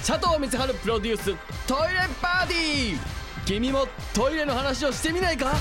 佐藤光晴プロデューストイレパーティー。君もトイレの話をしてみないか。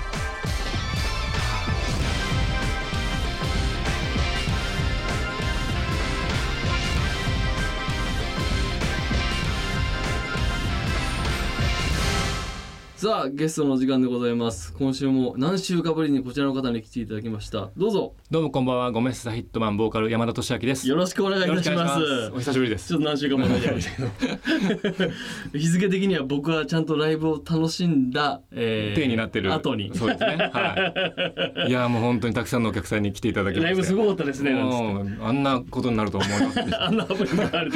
さあゲストのお時間でございます。今週も何週かぶりにこちらの方に来ていただきました。どうぞ。 どうもこんばんは。ゴメスザヒットマンボーカル山田俊明です。 よろしくお願いいたします。 お久しぶりです。 ちょっと何週間も前になりましたけど日付的には僕はちゃんとライブを楽しんだ、 手になってる後にそうですね、はい、いやもう本当にたくさんのお客さんに来ていただきましてライブすごかったですね。 もうあんなことになると思いますあんなハプニングがあると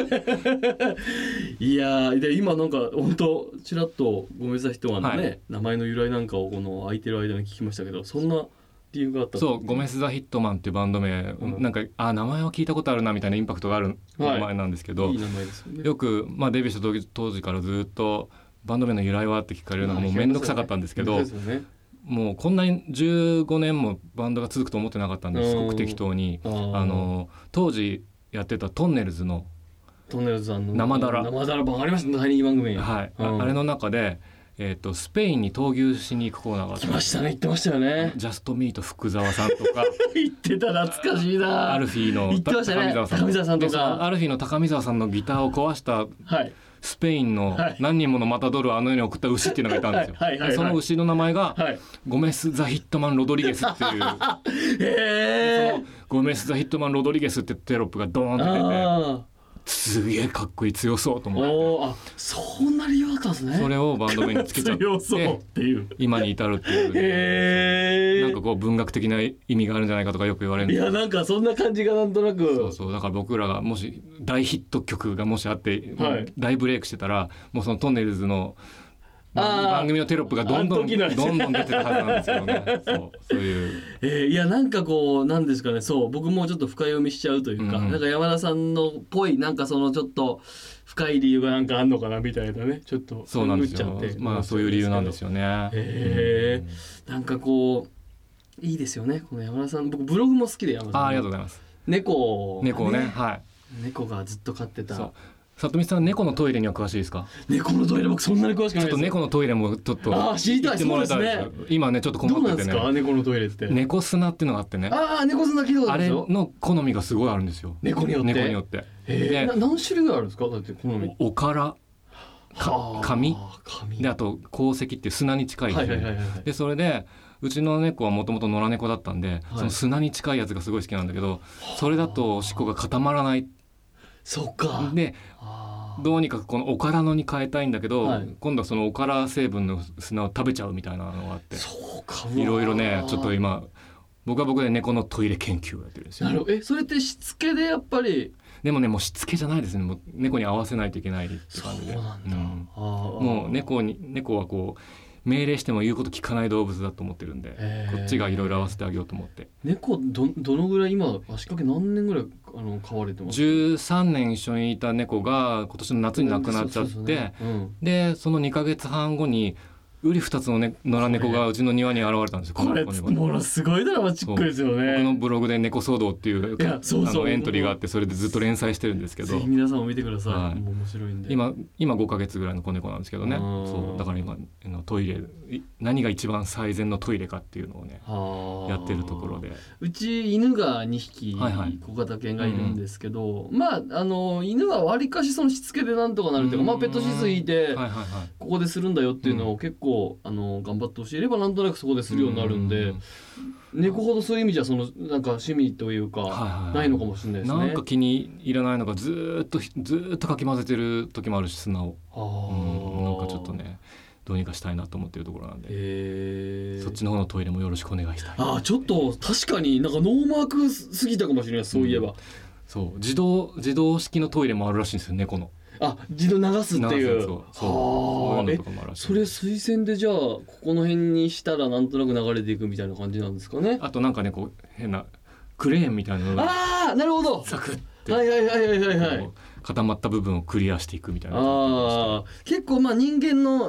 いやで今なんか本当ちらっとゴメスザヒットマンのね、はい、名前の由来なんかをこの空いてる間に聞きましたけど、そんな理由があった。 そうゴメスザヒットマンっていうバンド名、なんか名前は聞いたことあるなみたいなインパクトがある名前なんですけど、 いい名前ですよね。 よく、デビューした当時からずっとバンド名の由来はって聞かれるのがもうめんどくさかったんですけど、もうこんなに15年もバンドが続くと思ってなかったんです。すごく適当に当時やってたトンネルズさんの生だら番ありましたね、大人気番組。はい、あれの中でスペインに闘牛しに行くコーナーがあって、 来ましたね、言ってましたよね。 ジャストミート福沢さんとか言ってた、懐かしいな。アルフィーの高見沢さんとか、 アルフィーの高見沢さんのギターを壊した、スペインの何人ものマタドルをあの世に送った牛っていうのがいたんですよ。その牛の名前が、ゴメス・ザ・ヒットマン・ロドリゲスっていうそのゴメス・ザ・ヒットマン・ロドリゲスってテロップがドーンって出て、すげえかっこいい、強そうと思って。 そんな理由だったんですね。 それをバンド名につけちゃって強そうっていう今に至るっていう、なんかこう文学的な意味があるんじゃないかとかよく言われるんで。 いやなんかそんな感じがなんとなく。 そうだから僕らがもし大ヒット曲がもしあって、大ブレイクしてたら、もうそのトンネルズの番組のテロップがどんどん出てたはずなんですけどね。そういう、 いやなんかこうなんですかね、そう僕もちょっと深読みしちゃうというか、なんか山田さんのっぽいなんかそのちょっと深い理由がなんかあんのかなみたいなね、ちょっとそうなんですよ。そういう理由なんですよね。 なんかこういいですよね、この山田さん。僕ブログも好きで、山田さん。 ありがとうございます。 猫ね、 はい。 猫がずっと飼ってた。 里見さん、猫のトイレには詳しいですか？ 猫のトイレ僕そんなに詳しくないです。 ちょっと猫のトイレもちょっと知りたい。そうですね。 今ねちょっと困っててね。 どうなんですか猫のトイレって。 猫砂っていうのがあってね。 猫砂聞いたことあるんですよ。 あれの好みがすごいあるんですよ。 猫によって。何種類ぐらいあるんですか？だって好み。 おから紙で、あと鉱石っていう砂に近いで、それでうちの猫はもともと野良猫だったんで、その砂に近いやつがすごい好きなんだけど、それだとおしっこが固まらない。 そっか。 でどうにかこのおからのに変えたいんだけど、今度はそのおから成分の砂を食べちゃうみたいなのがあって、いろいろねちょっと今僕は僕で猫のトイレ研究をやってるんですよ。 それってしつけでやっぱり。 でもねもうしつけじゃないですね。もう猫に合わせないといけないって感じで。 そうなんだ。 もう猫はこう命令しても言うこと聞かない動物だと思ってるんで、こっちがいろいろ合わせてあげようと思って。 猫どのぐらい今足掛け何年ぐらい飼われてます？ 13年一緒にいた猫が今年の夏に亡くなっちゃって、でその2ヶ月半後にうり二つの野良猫がうちの庭に現れたんですよ。 これものすごいドラマチックですよね。 僕のブログで猫騒動っていうエントリーがあって、それでずっと連載してるんですけど、 ぜひ皆さんも見てください。面白いんで。 今5ヶ月ぐらいの子猫なんですけどね。そうだから今トイレ何が一番最善のトイレかっていうのをねやってるところで、 うち犬が2匹小型犬がいるんですけど、犬はわりかしそのしつけでなんとかなるというか、ペットシーツ引いてここでするんだよっていうのを結構頑張って教えればなんとなくそこでするようになるんで、猫ほどそういう意味じゃそのなんか趣味というかないのかもしれないですね。 なんか気に入らないのがずっとかき混ぜてる時もあるし、砂をなんかちょっとねどうにかしたいなと思ってるところなんで、そっちの方のトイレもよろしくお願いしたい。 ちょっと確かになんかノーマークすぎたかもしれない。そういえば、 そう自動式のトイレもあるらしいんですよ、猫の。 自動流すっていう。それ水栓でじゃあここの辺にしたらなんとなく流れていくみたいな感じなんですかね。 あとなんかねこう変なクレーンみたいなのがなるほどサクッて固まった部分をクリアしていくみたいな。 結構人間の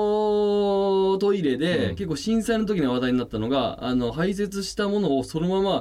トイレで、結構震災の時に話題になったのが排泄したものをそのまま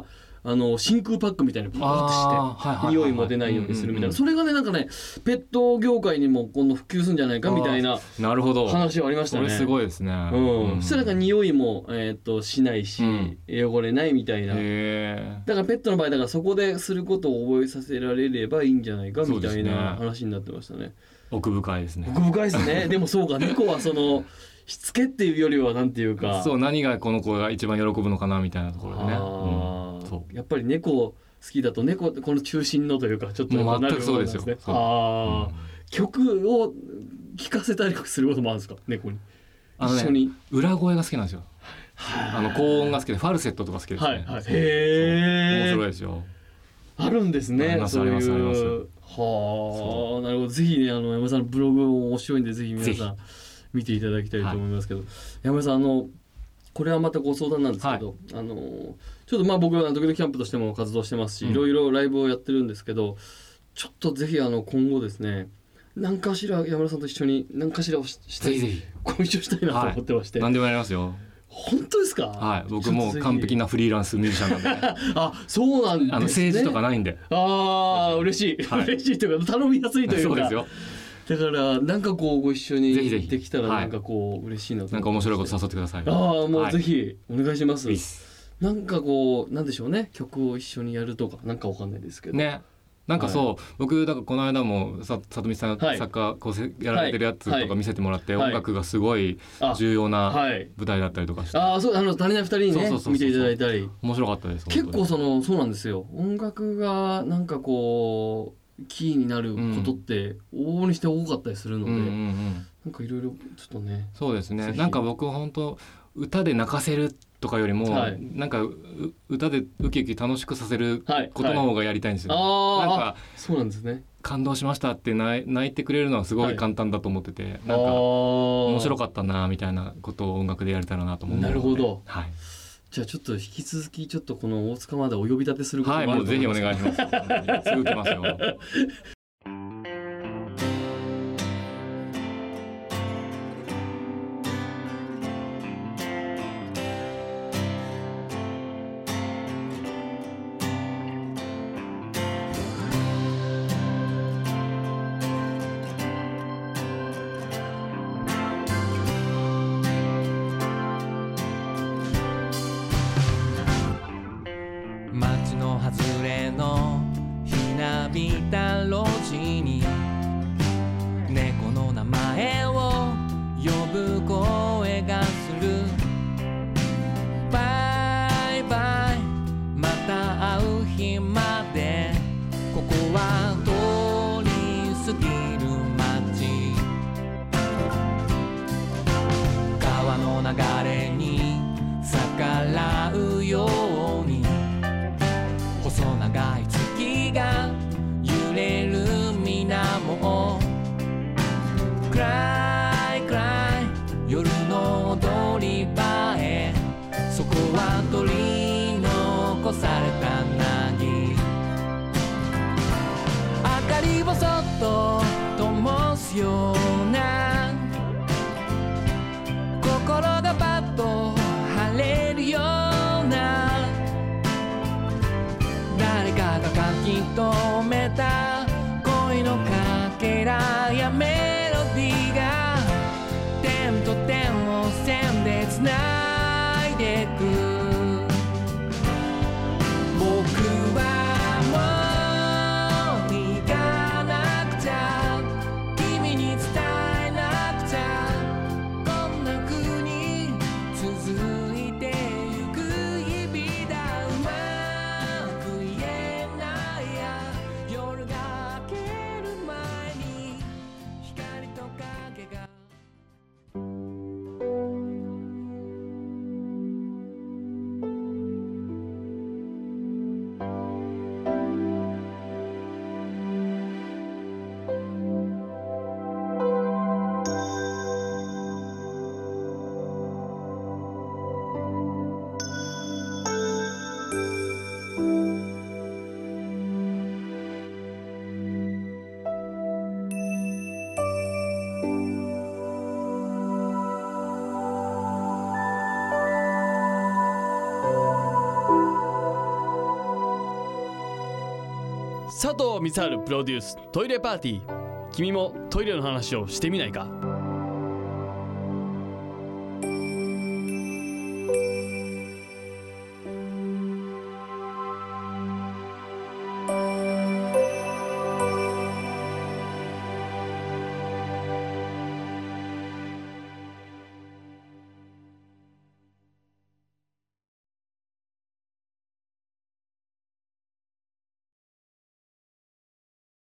真空パックみたいなのブワーってして匂いも出ないようにするみたいな、それがねなんかねペット業界にも今度普及するんじゃないかみたいな話はありましたね。 これすごいですね。 そしたら匂いも、しないし、汚れないみたいな。だからペットの場合だからそこですることを覚えさせられればいいんじゃないかみたいな話になってましたね。 奥深いですね。 奥深いですね。でもそうか、猫はそのしつけっていうよりはなんていうか、 そう、何がこの子が一番喜ぶのかなみたいなところでね。 そうやっぱり猫好きだと猫この中心のというかちょっともう全くそうですよ。 曲を聴かせたりすることもあるんですか、猫に。一緒に裏声が好きなんですよ。高音が好きでファルセットとか好きですね。へえ、面白いですよ。 あるんですね。そういう。はあ、なるほど。ぜひね山田さんのブログも面白いんでぜひ皆さん見ていただきたいと思いますけど、山田さんこれはまたご相談なんですけど、ちょっと僕は時々キャンプとしても活動してますし、いろいろライブをやってるんですけど、ちょっとぜひ今後ですね何かしら山田さんと一緒に何かしらをしたい、ご一緒したいなと思ってまして。 何でもやりますよ。 本当ですか？ はい、僕もう完璧なフリーランスミュージシャンなんで。 そうなんですね。 政治とかないんで。 嬉しい、嬉しいというか頼みやすいというか。そうですよ。だからなんかご一緒にできたらなんか嬉しいなと。 なんか面白いこと誘ってください。 もうぜひお願いします。なんかなんでしょうね、曲を一緒にやるとかなんかわかんないですけどね。 なんか僕だからこの間も里見さん作家構成やられてるやつとか見せてもらって、音楽がすごい重要な舞台だったりとかして、 そう足りない二人にね見ていただいたり面白かったです。 結構そうなんですよ。音楽がなんかキーになることって往々にして多かったりするので、なんかいろいろちょっとね。 そうですね。なんか僕本当歌で泣かせるとかよりも、なんか歌でウキウキ楽しくさせることの方がやりたいんですよ。なんかそうなんですね。 感動しましたって泣いてくれるのはすごい簡単だと思ってて、なんか面白かったなみたいなことを音楽でやれたらなと思うので。 なるほど。じゃあちょっと引き続きちょっとこの大塚までお呼び立てすることもあると思います。 もうぜひお願いします。すぐ来ますよ。 君に伝佐藤光晴プロデューストイレパーティー。君もトイレの話をしてみないか。